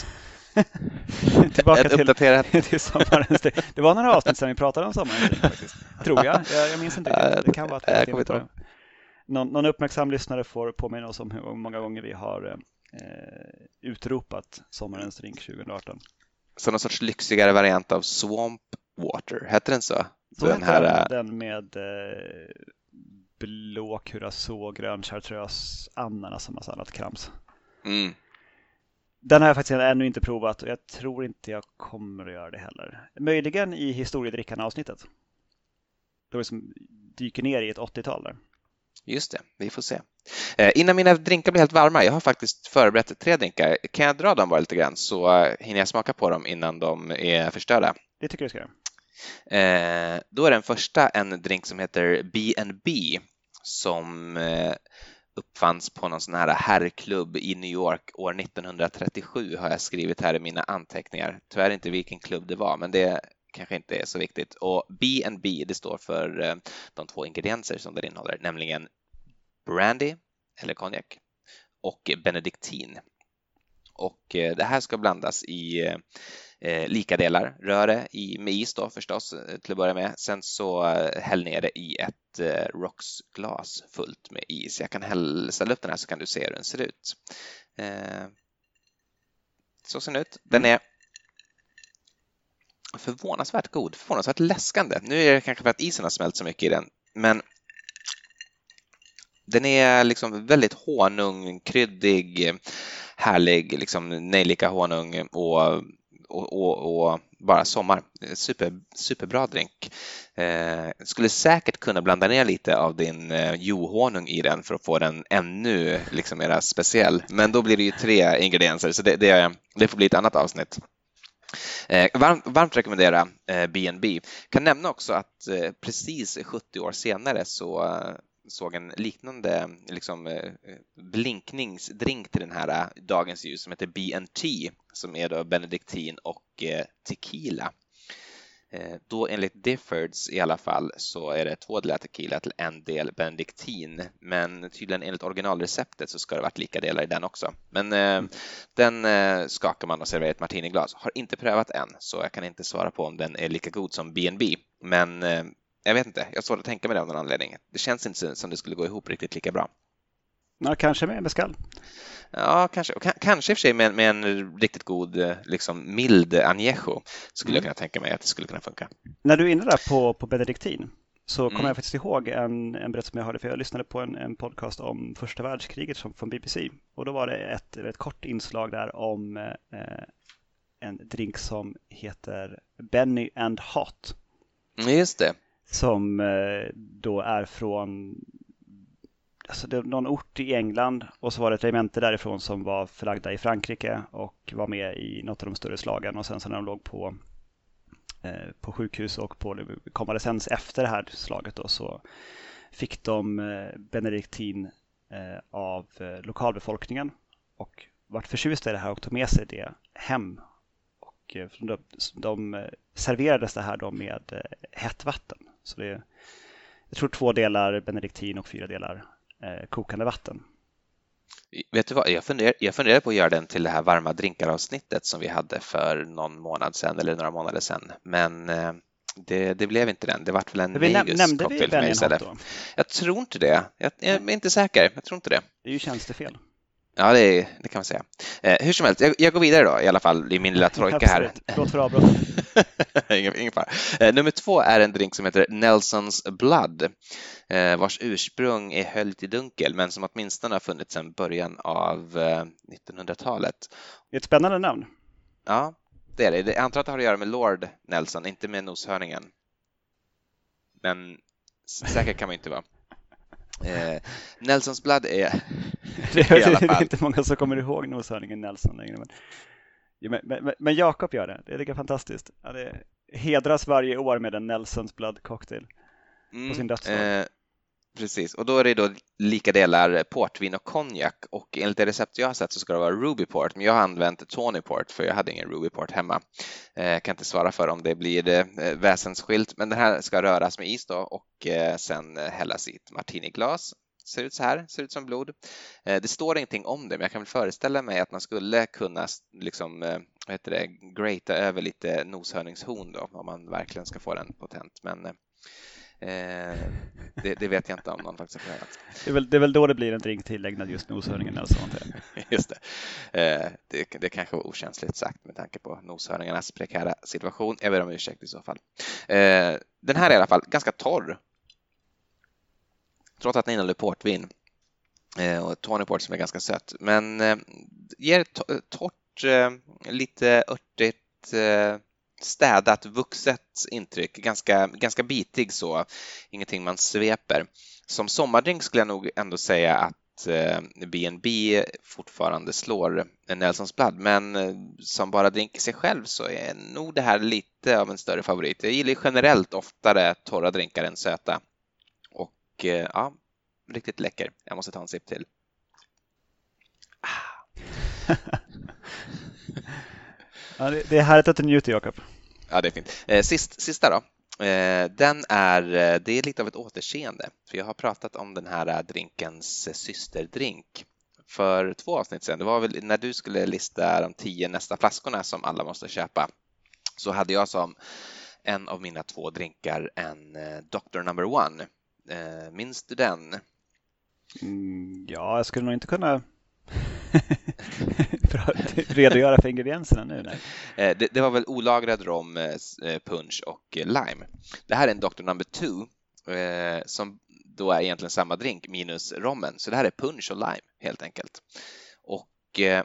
S1: Tillbaka
S2: Ett
S1: till,
S2: uppdaterat.
S1: till sommarens drink. Det var några avsnitt sedan vi pratade om sommarens drink faktiskt. Tror jag. Jag, jag minns inte riktigt. Det kan vara att vi
S2: Jag
S1: har
S2: kommer
S1: varit inne
S2: inte
S1: på det. Någon, någon uppmärksam lyssnare får påminna oss om hur många gånger vi har eh, utropat sommarens drink tjugo arton.
S2: Så någon sorts lyxigare variant av Swamp Water, heter den så?
S1: Så
S2: den
S1: heter
S2: här,
S1: den, den med eh, blå curacao, grön chartreuse, ananas och massa annat krams.
S2: mm,
S1: Den har jag faktiskt ännu inte provat och jag tror inte jag kommer att göra det heller. Möjligen i historiedrickarna-avsnittet. Då liksom dyker ner i ett åttiotal där.
S2: just det, vi får se. Eh, innan mina drinkar blir helt varma, jag har faktiskt förberett tre drinkar. Kan jag dra dem bara lite grann så eh, hinner jag smaka på dem innan de är förstörda?
S1: Det tycker jag ska göra.
S2: Eh, då är den första en drink som heter B and B som eh, uppfanns på någon sån här herrklubb i New York år nittonhundratrettiosju har jag skrivit här i mina anteckningar. Tyvärr inte vilken klubb det var, men det kanske inte är så viktigt. Och B and B, det står för eh, de två ingredienser som den innehåller, nämligen brandy eller konjak och benediktin. Och eh, det här ska blandas i eh, lika delar, röre i, med is då förstås till att börja med. Sen så eh, häll ner det i ett eh, Rocksglas fullt med is. Jag kan hälla upp den här så kan du se hur den ser ut. Eh, Så ser den ut. Den är förvånansvärt god, förvånansvärt läskande. Nu är det kanske för att isen har smält så mycket i den, men den är liksom väldigt honungkryddig, härlig, liksom nejlika honung och, och, och, och bara sommar. Super, superbra drink. Eh, skulle säkert kunna blanda ner lite av din eh, johonung i den för att få den ännu liksom mera speciell. Men då blir det ju tre ingredienser, så det, det, det får bli ett annat avsnitt. Eh, varmt, varmt rekommendera eh, B and B. Kan nämna också att eh, precis sjuttio år senare så eh, såg en liknande liksom, eh, blinkningsdrink till den här eh, dagens ljus som heter B and T, som är då benediktin och eh, tequila. Eh, då enligt Diffords i alla fall så är det två delar tequila till en del benediktin, men tydligen enligt originalreceptet så ska det varit lika delar i den också. Men eh, mm. den eh, skakar man och serverar i ett martiniglas. Har inte prövat än, så jag kan inte svara på om den är lika god som B and B, men eh, jag vet inte, jag svårt att tänka mig det av någon anledning. Det känns inte som det skulle gå ihop riktigt lika bra.
S1: Ja, kanske med mezcal.
S2: Ja, kanske. Och k- kanske i och för sig med, med en riktigt god, liksom mild añejo skulle mm. jag kunna tänka mig att det skulle kunna funka.
S1: När du är inne där på, på benediktin så kommer
S2: Mm.
S1: jag faktiskt ihåg en, en berättelse som jag hörde, för jag lyssnade på en, en podcast om första världskriget som, från B B C. Och då var det ett, ett kort inslag där om eh, en drink som heter Benny and Hot.
S2: Just det.
S1: Som eh, då är från alltså det var någon ort i England, och så var det ett regemente därifrån som var förlagda i Frankrike och var med i något av de större slagen, och sen så när de låg på eh, på sjukhus och på konvalescens efter det här slaget då, så fick de eh, benediktin eh, av eh, lokalbefolkningen och vart förtjusta i det här och tog med sig det hem, och eh, de, de serverades det här då med eh, hett vatten. Så det är, jag tror två delar benediktin och fyra delar eh, kokande vatten.
S2: Vet du vad, jag funderar, jag funderar på att göra den till det här varma drinkar-avsnittet som vi hade för någon månad sedan eller några månader sedan, men eh, det, det blev inte den. Det var väl en Negus cocktail för mig istället. Jag tror inte det. Jag, jag är inte säker. Jag tror inte det.
S1: Det är ju tjänstefel.
S2: Ja, det, det kan man säga. Eh, hur som helst, jag, jag går vidare då i alla fall i min lilla trojka här.
S1: Förlåt för avbrott.
S2: ingen, ingen fara. Eh, nummer två är en drink som heter Nelson's Blood, eh, vars ursprung är höljt i dunkel, men som åtminstone har funnits sedan början av eh, nittonhundratalet.
S1: Det är ett spännande namn.
S2: Ja, det är det. Jag antar att det har att göra med Lord Nelson, inte med noshörningen. Men säker kan man inte vara. Eh, Nelson's Blood är
S1: det, är, i alla fall. Det är inte många som kommer ihåg noshörningen Nelson längre, men, ja, men, men, men Jakob gör det. Det är lika fantastiskt. Ja, det hedras varje år med en Nelson's Blood cocktail mm, på sin dödsdag. Eh,
S2: precis, och då är det då lika delar portvin och konjak, och enligt det recept jag har sett så ska det vara Ruby Port, men jag har använt Tawny Port för jag hade ingen Ruby Port hemma. Eh, kan inte svara för om det blir eh, väsensskilt, men den här ska röras med is då och eh, sen hällas i ett martiniglas. Ser ut så här, ser ut som blod. Eh, det står ingenting om det, men jag kan väl föreställa mig att man skulle kunna liksom, eh, vad heter det, grata över lite noshörningshorn då, om man verkligen ska få den potent, men eh, Eh, det, det vet jag inte om någon faktiskt har prövat.
S1: Det är väl, det är väl då det blir en drink tillägnad just noshörningen alltså.
S2: Just det. Eh, det. Det kanske var okänsligt sagt med tanke på noshörningarnas prekära situation. Jag ber om ursäkt i så fall. Eh, den här är i alla fall ganska torr. Trots att den innehåller portvin eh, och Tawny Port som är ganska sött. Men eh, ger t- torrt, eh, lite örtigt, eh, städat, vuxet intryck, ganska, ganska bitig så, ingenting man sveper. Som sommardrink skulle jag nog ändå säga att eh, B and B fortfarande slår Nelson's Blood, men eh, som bara drink i sig själv så är nog det här lite av en större favorit. Jag gillar generellt oftare torra drinkar än söta, och eh, ja, riktigt läcker. Jag måste ta en sipp till. Ah.
S1: Ja, det, det är härligt att du njuter, Jakob.
S2: Ja, det är fint. Eh, sist, sista då. Eh, den är, det är lite av ett återseende. För jag har pratat om den här drinkens systerdrink för två avsnitt sedan. Det var väl när du skulle lista de tio nästa flaskorna som alla måste köpa. Så hade jag som en av mina två drinkar en Doctor Number One. Eh, minns du den?
S1: Mm, ja, jag skulle nog inte kunna för att redogöra för ingredienserna nu. Nej.
S2: Det, det var väl olagrad rom, punch och lime. Det här är en doktor number two som då är egentligen samma drink minus rommen. Så det här är punch och lime helt enkelt. Och eh,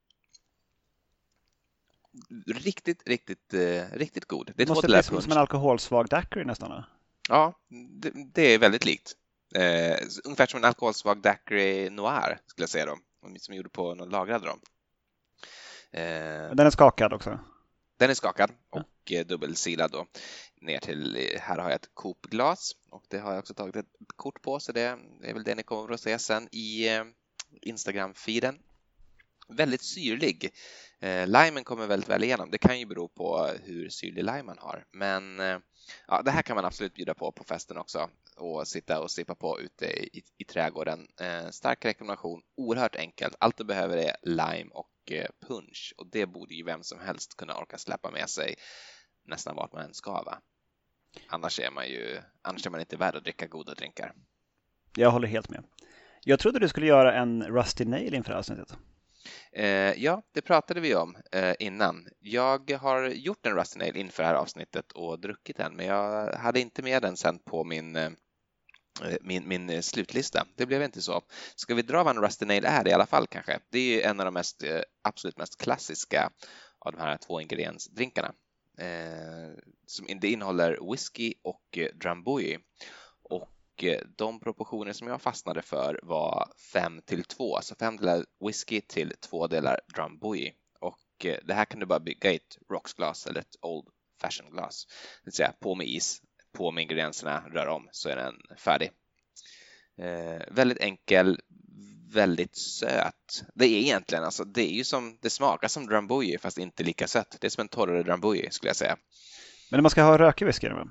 S2: riktigt, riktigt, eh, riktigt god. Det,
S1: det måste bli som, som en alkoholsvag daiquiri nästan. Då?
S2: Ja, det, det är väldigt likt. Eh, ungefär som en alkoholsvag daiquiri noir skulle jag säga då. Som gjorde på någon lagrad rom.
S1: Eh, Den är skakad också?
S2: Den är skakad och ja. dubbelsilad då. Ner till, här har jag ett Coop-glas och det har jag också tagit ett kort på, så det är väl det ni kommer att se sen i Instagram-feeden. Väldigt syrlig. Eh, limen kommer väldigt väl igenom. Det kan ju bero på hur syrlig lime man har. Men eh, ja, det här kan man absolut bjuda på på festen också. Och sitta och sippa på ute i, i, i trädgården. Eh, stark rekommendation. Oerhört enkelt. Allt du behöver är lime och eh, punch. Och det borde ju vem som helst kunna orka släppa med sig nästan vart man än ska, va? Annars är man ju annars är man inte värd att dricka goda drinkar.
S1: Jag håller helt med. Jag trodde du skulle göra en Rusty Nail inför avsnittet.
S2: Eh, ja, det pratade vi om eh, innan. Jag har gjort en Rusty Nail inför det här avsnittet och druckit den, men jag hade inte med den sen på min, eh, min, min slutlista. Det blev inte så. Ska vi dra vad en Rusty Nail är i alla fall kanske? Det är ju en av de mest, eh, absolut mest klassiska av de här två ingrediensdrinkarna. Eh, som det innehåller whisky och eh, drambuie. Och eh, de proportioner som jag fastnade för var fem till två. Så fem delar whisky till två delar drambuie. Och eh, det här kan du bara bygga i ett rocksglas eller ett old fashion glas. Det vill säga på med is, på med ingredienserna, rör om så är den färdig. Eh, väldigt enkel, väldigt söt. Det är egentligen, alltså, det är ju som, det smakar som drambuie fast inte lika sött. Det är som en torrare drambuie skulle jag säga.
S1: Men om man ska ha rökig whisky då?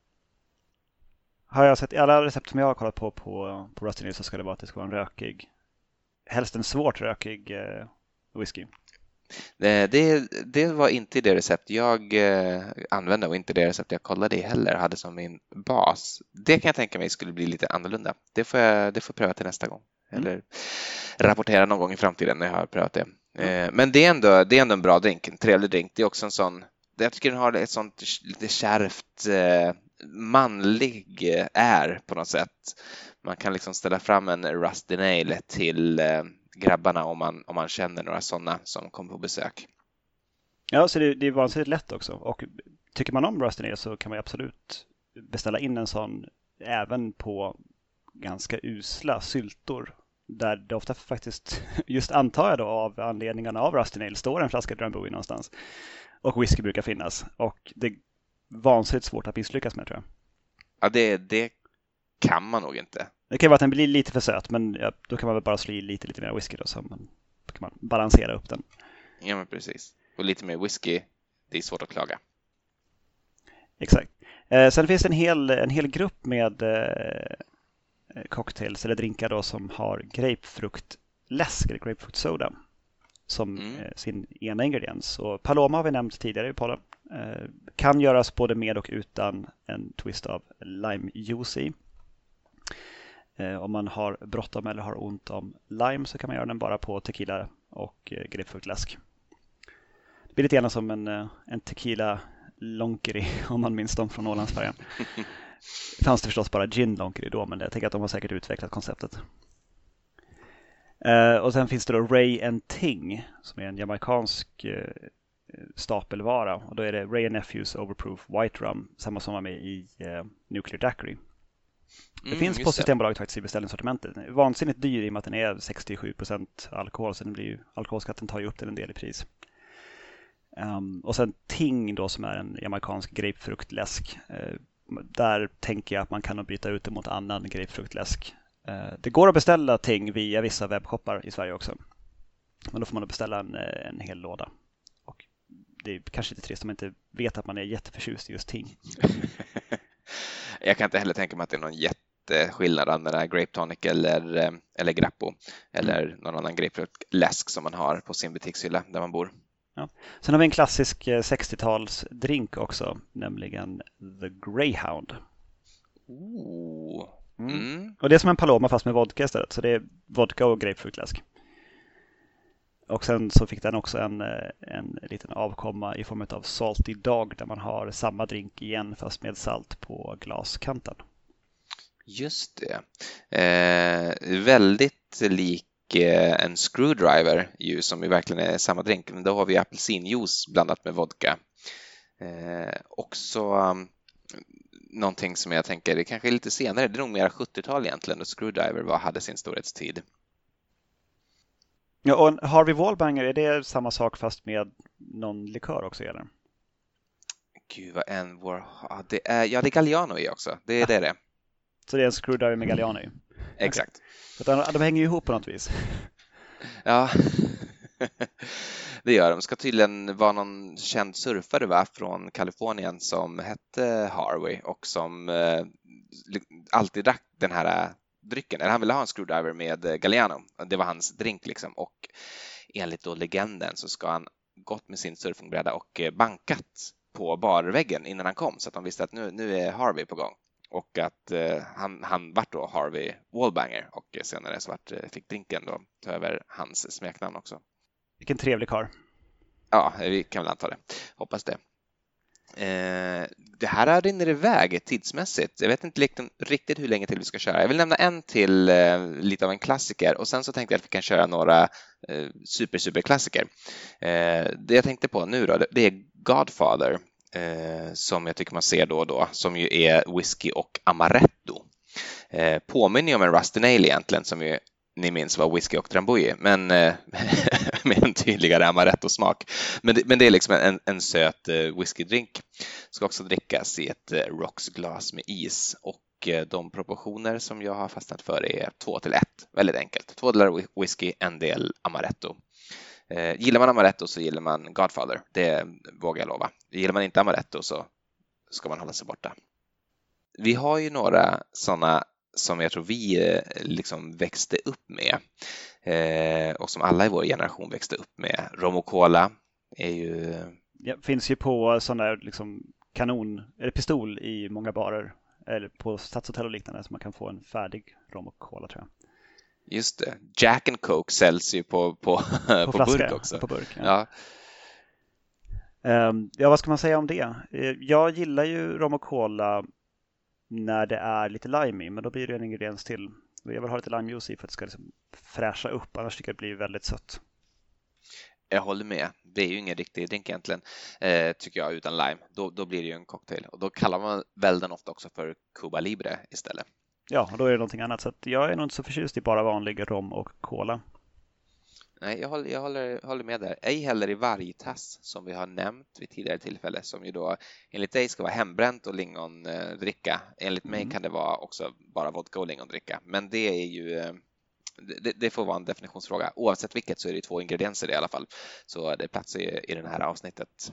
S1: Har jag sett i alla recept som jag har kollat på på, på Rusty Nail så ska det vara att det ska vara en rökig, helst en svårt rökig eh, whisky.
S2: Det, det, det var inte det recept jag eh, använde och inte det recept jag kollade i heller hade som min bas. Det kan jag tänka mig skulle bli lite annorlunda. Det får jag, det får jag pröva till nästa gång. Mm. Eller rapportera någon gång i framtiden när jag har prövat det. Mm. Eh, men det är, ändå, det är ändå en bra drink, en trevlig drink. Det är också en sån, jag tycker den har ett sånt lite kärvt eh, manlig är på något sätt. Man kan liksom ställa fram en Rusty Nail till eh, grabbarna om man, om man känner några sådana som kommer på besök.
S1: Ja, så det, det är vansinnigt lätt också. Och tycker man om Rusty Nail så kan man absolut beställa in en sån även på ganska usla syltor. Där det ofta faktiskt, just antar jag då av anledningarna av Rusty Nail, står en flaska drambuie någonstans. Och whisky brukar finnas. Och det är vansinnigt svårt att misslyckas med, tror jag.
S2: Ja, det, det kan man nog inte.
S1: Det kan vara att den blir lite för söt, men ja, då kan man väl bara slå i lite, lite mer whisky då, så man, då kan man balansera upp den.
S2: Ja, men precis. Och lite mer whisky, det är svårt att klaga.
S1: Exakt. Eh, sen finns det en hel, en hel grupp med eh, cocktails eller drinkar då som har grapefruktläsk eller grapefruktsoda som mm. eh, sin ena ingrediens. Och Paloma har vi nämnt tidigare i podden. Eh, kan göras både med och utan en twist av lime juice i. Eh, om man har bråttom eller har ont om lime så kan man göra den bara på tequila och eh, grapefruktläsk. Det blir lite grann som en, en tequila lonkeri om man minns dem från Ålandsfärjan. Det fanns det förstås bara gin lonkeri då, men jag tänker att de har säkert utvecklat konceptet. Eh, och sen finns det då Ray and Ting som är en jamaikansk eh, stapelvara. Och då är det Ray and Nephews Overproof White Rum, samma som var med i eh, Nuclear Daiquiri. Det mm, finns på Systembolaget faktiskt i beställningssortimentet. Vansinnigt dyr i och med att den är sextiosju procent alkohol, så den blir ju, alkoholskatten tar ju upp till en del i pris. Um, och sen Ting då som är en jamaikansk grapefruktläsk. Uh, där tänker jag att man kan byta ut det mot annan grapefruktläsk. Uh, det går att beställa Ting via vissa webbshoppar i Sverige också. Men då får man beställa en, en hel låda. Och det är kanske lite trist om man inte vet att man är jätteförtjust i just Ting.
S2: Jag kan inte heller tänka mig att det är någon jätteskillnad att använda Grape Tonic eller, eller Grappo eller mm. någon annan grapefruktläsk som man har på sin butikshylla där man bor.
S1: Ja. Sen har vi en klassisk sextiotalsdrink också, nämligen The Greyhound.
S2: Ooh.
S1: Mm. Mm. Och det är som en Paloma fast med vodka istället, så det är vodka och grapefruktläsk. Och sen så fick den också en, en liten avkomma i form av Salty Dog där man har samma drink igen fast med salt på glaskanten.
S2: Just det. Eh, väldigt lik eh, en screwdriver ju, som ju verkligen är samma drink. Men då har vi apelsinjuice blandat med vodka. Eh, också um, någonting som jag tänker det kanske är lite senare. Det är nog mer sjuttiotal egentligen då screwdriver var, hade sin storhetstid.
S1: Ja, och Harvey Wallbanger, är det samma sak fast med någon likör också eller?
S2: Gud vad en vår... Ja, det är, ja, det är Galliano i också. Det är ja. det det.
S1: Så det är en screwdriver med Galliano i?
S2: Exakt.
S1: Okay. De, de hänger ju ihop på något vis.
S2: Ja, det gör de. Ska tydligen vara någon känd surfare va? Från Kalifornien som hette Harvey och som eh, alltid drack den här drycken. Eller han ville ha en screwdriver med Galliano. Det var hans drink liksom. Och enligt då legenden så ska han gått med sin surfingbräda och bankat på barväggen innan han kom. Så att de visste att nu, nu är Harvey på gång. Och att eh, han, han vart då Harvey Wallbanger. Och senare så vart, fick drinken då ta över hans smeknamn också.
S1: Vilken trevlig karl.
S2: Ja, vi kan väl anta det. Hoppas det. Eh, det här rinner iväg tidsmässigt. Jag vet inte riktigt hur länge till vi ska köra. Jag vill nämna en till eh, lite av en klassiker och sen så tänkte jag att vi kan köra några eh, super super klassiker. Eh, det jag tänkte på nu då, det är Godfather eh, som jag tycker man ser då och då, som ju är whisky och amaretto. Eh, påminner om en Rusty Nail egentligen, som ju ni minns var whisky och drambuie, men eh, med en tydligare amaretto-smak. Men det, men det är liksom en, en söt eh, whiskydrink. Ska också drickas i ett eh, rocksglas med is. Och eh, de proportioner som jag har fastnat för är två till ett. Väldigt enkelt. Två delar whisky, en del amaretto. Eh, gillar man amaretto så gillar man Godfather. Det vågar jag lova. Gillar man inte amaretto så ska man hålla sig borta. Vi har ju några sådana som jag tror vi liksom växte upp med eh, och som alla i vår generation växte upp med. Rom och cola är ju...
S1: Ja, finns ju på sådana där liksom kanon, eller pistol i många barer eller på stadshotell och liknande, så man kan få en färdig rom och cola tror jag.
S2: Just det. Jack and Coke säljs ju på, på, på, på burk också.
S1: På burk, ja.
S2: Ja.
S1: Um, ja, vad ska man säga om det? Jag gillar ju rom och cola när det är lite lime i, men då blir det en ingrediens till. Jag vill ha lite limejuice i för att det ska liksom fräscha upp, annars tycker jag det blir väldigt sött.
S2: Jag håller med. Det är ju ingen riktig drink egentligen, eh, tycker jag, utan lime. Då, då blir det ju en cocktail. Och då kallar man väl den ofta också för Cuba Libre istället.
S1: Ja, och då är det någonting annat. Så att jag är nog inte så förtjust i bara vanlig rom och cola.
S2: Nej, jag håller, jag håller, håller med där. Ej heller i vargtass som vi har nämnt vid tidigare tillfälle, som ju då enligt dig ska vara hembränt och lingondricka. Enligt mig mm. kan det vara också bara vodka och lingondricka. Men det är ju... Det, det får vara en definitionsfråga. Oavsett vilket så är det två ingredienser i alla fall. Så det är plats i, i det här avsnittet.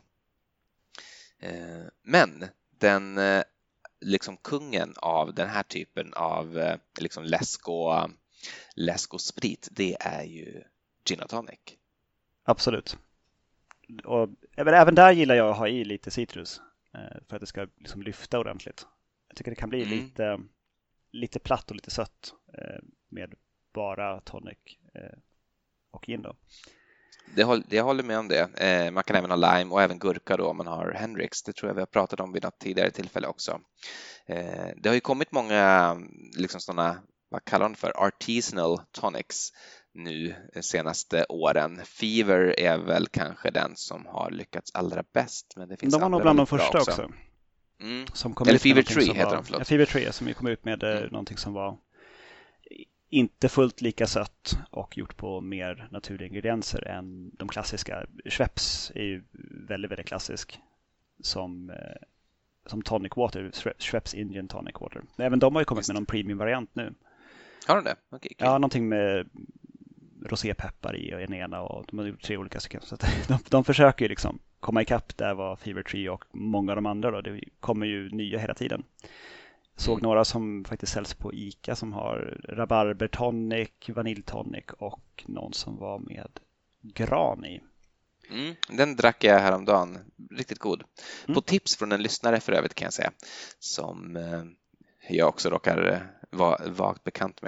S2: Men den liksom kungen av den här typen av liksom läsk och, läsk och sprit, det är ju gin och tonic.
S1: Absolut. Och även där gillar jag att ha i lite citrus för att det ska liksom lyfta ordentligt. Jag tycker det kan bli mm. lite, lite platt och lite sött med bara tonic och gin då.
S2: Det håller, jag håller med om det. Man kan även ha lime och även gurka då om man har Hendrix. Det tror jag vi har pratat om vid något tidigare tillfälle också. Det har ju kommit många liksom sådana, vad kallar man för, artisanal tonics nu senaste åren. Fever är väl kanske den som har lyckats allra bäst, men det finns
S1: de var nog bland de första också. också.
S2: Mm. Som kom Eller Fever Tree heter
S1: var,
S2: de, förlåt.
S1: Ja, Fever Tree som ju kom ut med mm. någonting som var inte fullt lika sött och gjort på mer naturliga ingredienser än de klassiska. Schweppes är ju väldigt, väldigt klassisk som, som tonic water, Schweppes Indian tonic water. Även de har ju kommit Just. med någon premium-variant nu.
S2: Har de det? Okay,
S1: ja, någonting med rosépeppar i och en ena, och de har gjort tre olika stycken. Så att de, de försöker ju liksom komma ikapp där var Fever Tree och många av de andra då. Det kommer ju nya hela tiden. Såg några som faktiskt säljs på Ica som har rabarbertonic, vaniljtonic och någon som var med gran i.
S2: Mm, den drack jag häromdagen. Riktigt god. Mm. På tips från en lyssnare för övrigt kan jag säga. Som eh, jag också råkar vara vagt bekant med.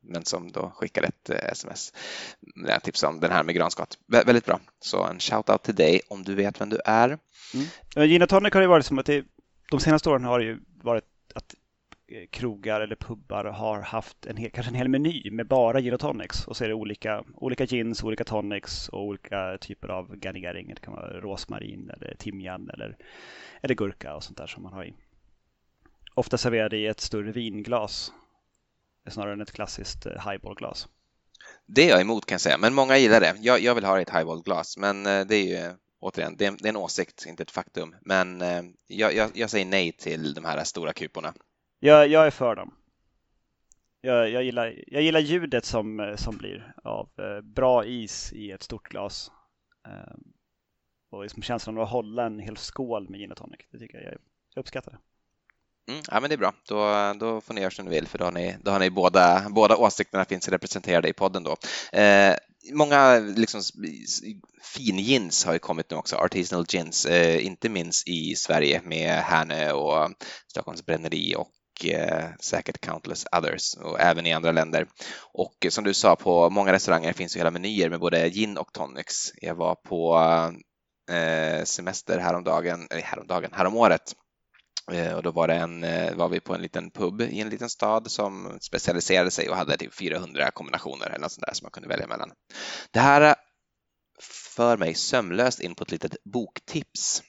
S2: men som då skickar ett sms. Jag tipsar om den här med granskott. Vä- väldigt bra. Så en shout-out till dig om du vet vem du är.
S1: Mm. Gin och tonic har ju varit som att det, de senaste åren har det ju varit att krogar eller pubbar har haft en hel, kanske en hel meny med bara gin och tonics. Och så är det olika, olika gins, olika tonics och olika typer av garnering. Det kan vara rosmarin eller timjan eller, eller gurka och sånt där som man har i. Ofta serverade i ett större vinglas snarare än ett klassiskt highballglas.
S2: Det är jag emot kan jag säga, men många gillar det. Jag, jag vill ha ett highballglas, men det är ju återigen, det är, det är en åsikt, inte ett faktum. Men jag, jag, jag säger nej till de här stora kuporna.
S1: Jag, jag är för dem. Jag, jag, gillar, jag gillar ljudet som, som blir av bra is i ett stort glas. Och liksom känslan av att hålla en hel skål med gin och tonic. Det tycker jag, jag, jag uppskattar det.
S2: Mm, ja, men det är bra. Då, då får ni göra som ni vill, för då har ni, då har ni båda, båda åsikterna finns representerade i podden då. Eh, många liksom, fin-gins har ju kommit nu också, artisanal gins, eh, inte minst i Sverige med Härnö och Stockholms bränneri och eh, säkert countless others och även i andra länder. Och som du sa, på många restauranger finns ju hela menyer med både gin och tonics. Jag var på eh, semester häromdagen, eller häromdagen, häromåret. Och då var, det en, var vi på en liten pub i en liten stad som specialiserade sig och hade typ fyrahundra kombinationer eller något sånt där som man kunde välja mellan. Det här för mig sömlöst in på ett litet boktips.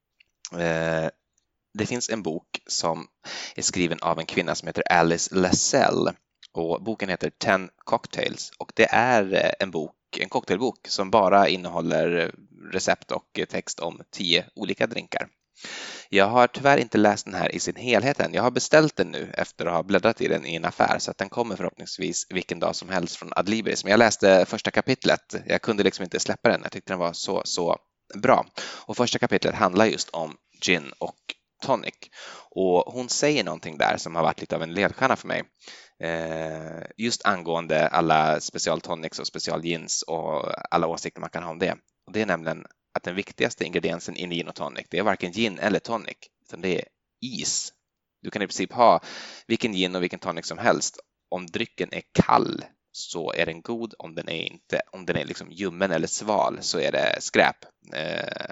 S2: Det finns en bok som är skriven av en kvinna som heter Alice Lascelles och boken heter Ten Cocktails och det är en bok, en cocktailbok som bara innehåller recept och text om tio olika drinkar. Jag har tyvärr inte läst den här i sin helhet än. Jag har beställt den nu efter att ha bläddrat i den i en affär så att den kommer förhoppningsvis vilken dag som helst från Adlibris. Men jag läste första kapitlet. Jag kunde liksom inte släppa den. Jag tyckte den var så, så bra. Och första kapitlet handlar just om gin och tonic. Och hon säger någonting där som har varit lite av en ledstjärna för mig. Eh, just angående alla specialtonics och specialgins och alla åsikter man kan ha om det. Och det är nämligen att den viktigaste ingrediensen i gin och tonic, det är varken gin eller tonic, utan det är is. Du kan i princip ha vilken gin och vilken tonic som helst. Om drycken är kall så är den god, om den är inte, om den är liksom ljummen eller sval så är det skräp. Eh,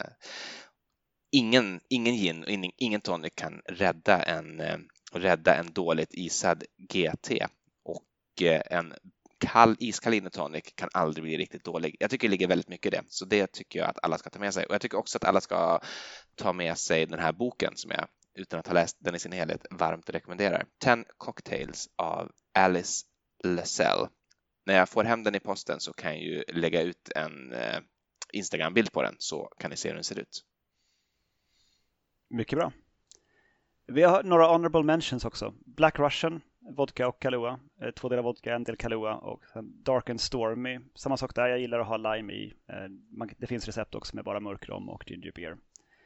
S2: ingen, ingen gin och ingen, ingen tonic kan rädda en, eh, rädda en dåligt isad G T och eh, en Kall, iskall gin och tonic kan aldrig bli riktigt dålig. Jag tycker det ligger väldigt mycket i det. Så det tycker jag att alla ska ta med sig. Och jag tycker också att alla ska ta med sig den här boken som jag, utan att ha läst den i sin helhet, varmt rekommenderar. Ten Cocktails av Alice Lascelles. När jag får hem den i posten så kan jag ju lägga ut en eh, Instagram-bild på den så kan ni se hur den ser ut.
S1: Mycket bra. Vi har några honorable mentions också. Black Russian, vodka och Kahlua. Två delar vodka, en del Kahlua och Dark and Stormy. Samma sak där, jag gillar att ha lime i. Det finns recept också med bara mörkrom och ginger beer.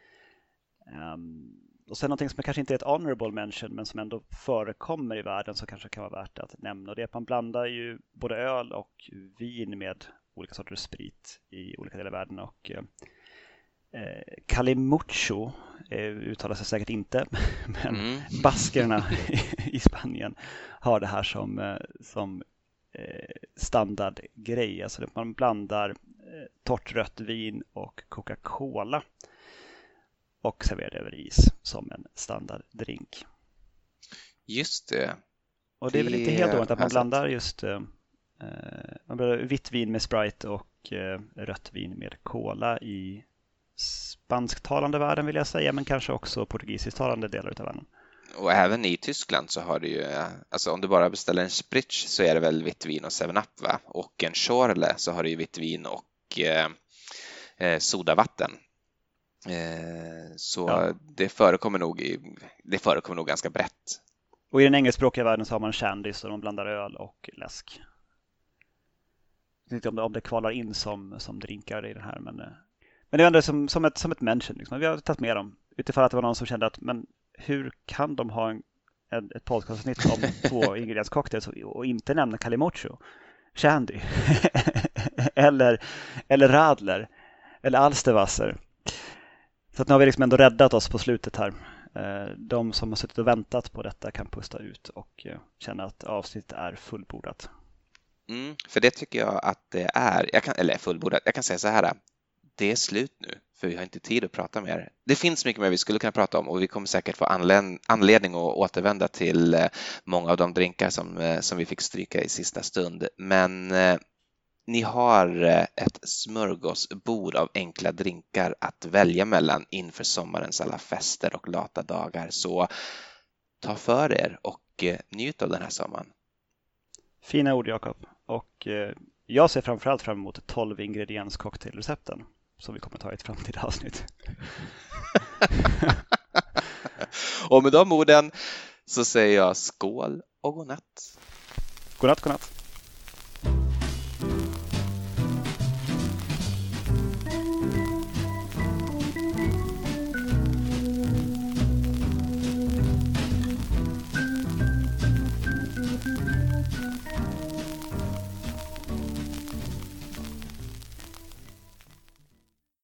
S1: Um, och sen någonting som kanske inte är ett honorable mention men som ändå förekommer i världen så kanske kan vara värt att nämna. Och det är att man blandar ju både öl och vin med olika sorters sprit i olika delar av världen. Och eh, Calimocho eh, uttalar sig säkert inte, men mm. baskerna i Spanien har det här som, eh, som eh, standardgrej. Alltså att man blandar eh, torrt rött vin och Coca-Cola och serverar det över is som en standarddrink.
S2: Just det.
S1: Och det är väl inte helt dåligt att man blandar just eh, man blandar vitt vin med Sprite och eh, rött vin med cola i spansktalande världen vill jag säga, men kanske också portugisisktalande delar av världen.
S2: Och även i Tyskland så har du ju, alltså om du bara beställer en Spritz så är det väl vitt vin och seven up va? Och en Schorle så har du ju vitt vin och eh, sodavatten. Eh, så ja. det förekommer nog i, det förekommer nog ganska brett.
S1: Och i den engelskspråkiga världen så har man shandy så de blandar öl och läsk. Jag vet inte om det, om det kvalar in som, som drinkar i det här, men Men det är ändå som, som, ett, som ett mention. Liksom. Vi har tagit med dem utifrån att det var någon som kände att men hur kan de ha en, en, ett podcastavsnitt om två ingredienscocktails och, och inte nämna Calimocho, Shandy eller, eller Radler eller Alsterwasser. Så att nu har vi liksom ändå räddat oss på slutet här. De som har suttit och väntat på detta kan pusta ut och känna att avsnittet är fullbordat.
S2: Mm, för det tycker jag att det är. Jag kan, eller fullbordat. Jag kan säga så här. Det är slut nu, för vi har inte tid att prata mer. Det finns mycket mer vi skulle kunna prata om och vi kommer säkert få anledning att återvända till många av de drinkar som, som vi fick stryka i sista stund. Men ni har ett smörgåsbord av enkla drinkar att välja mellan inför sommarens alla fester och lata dagar. Så ta för er och njut av den här sommaren.
S1: Fina ord, Jakob. Och eh, jag ser framförallt fram emot tolv ingrediens cocktailrecepten som vi kommer ta i ett framtida avsnitt.
S2: Och med de orden så säger jag skål och godnatt.
S1: Godnatt, godnatt.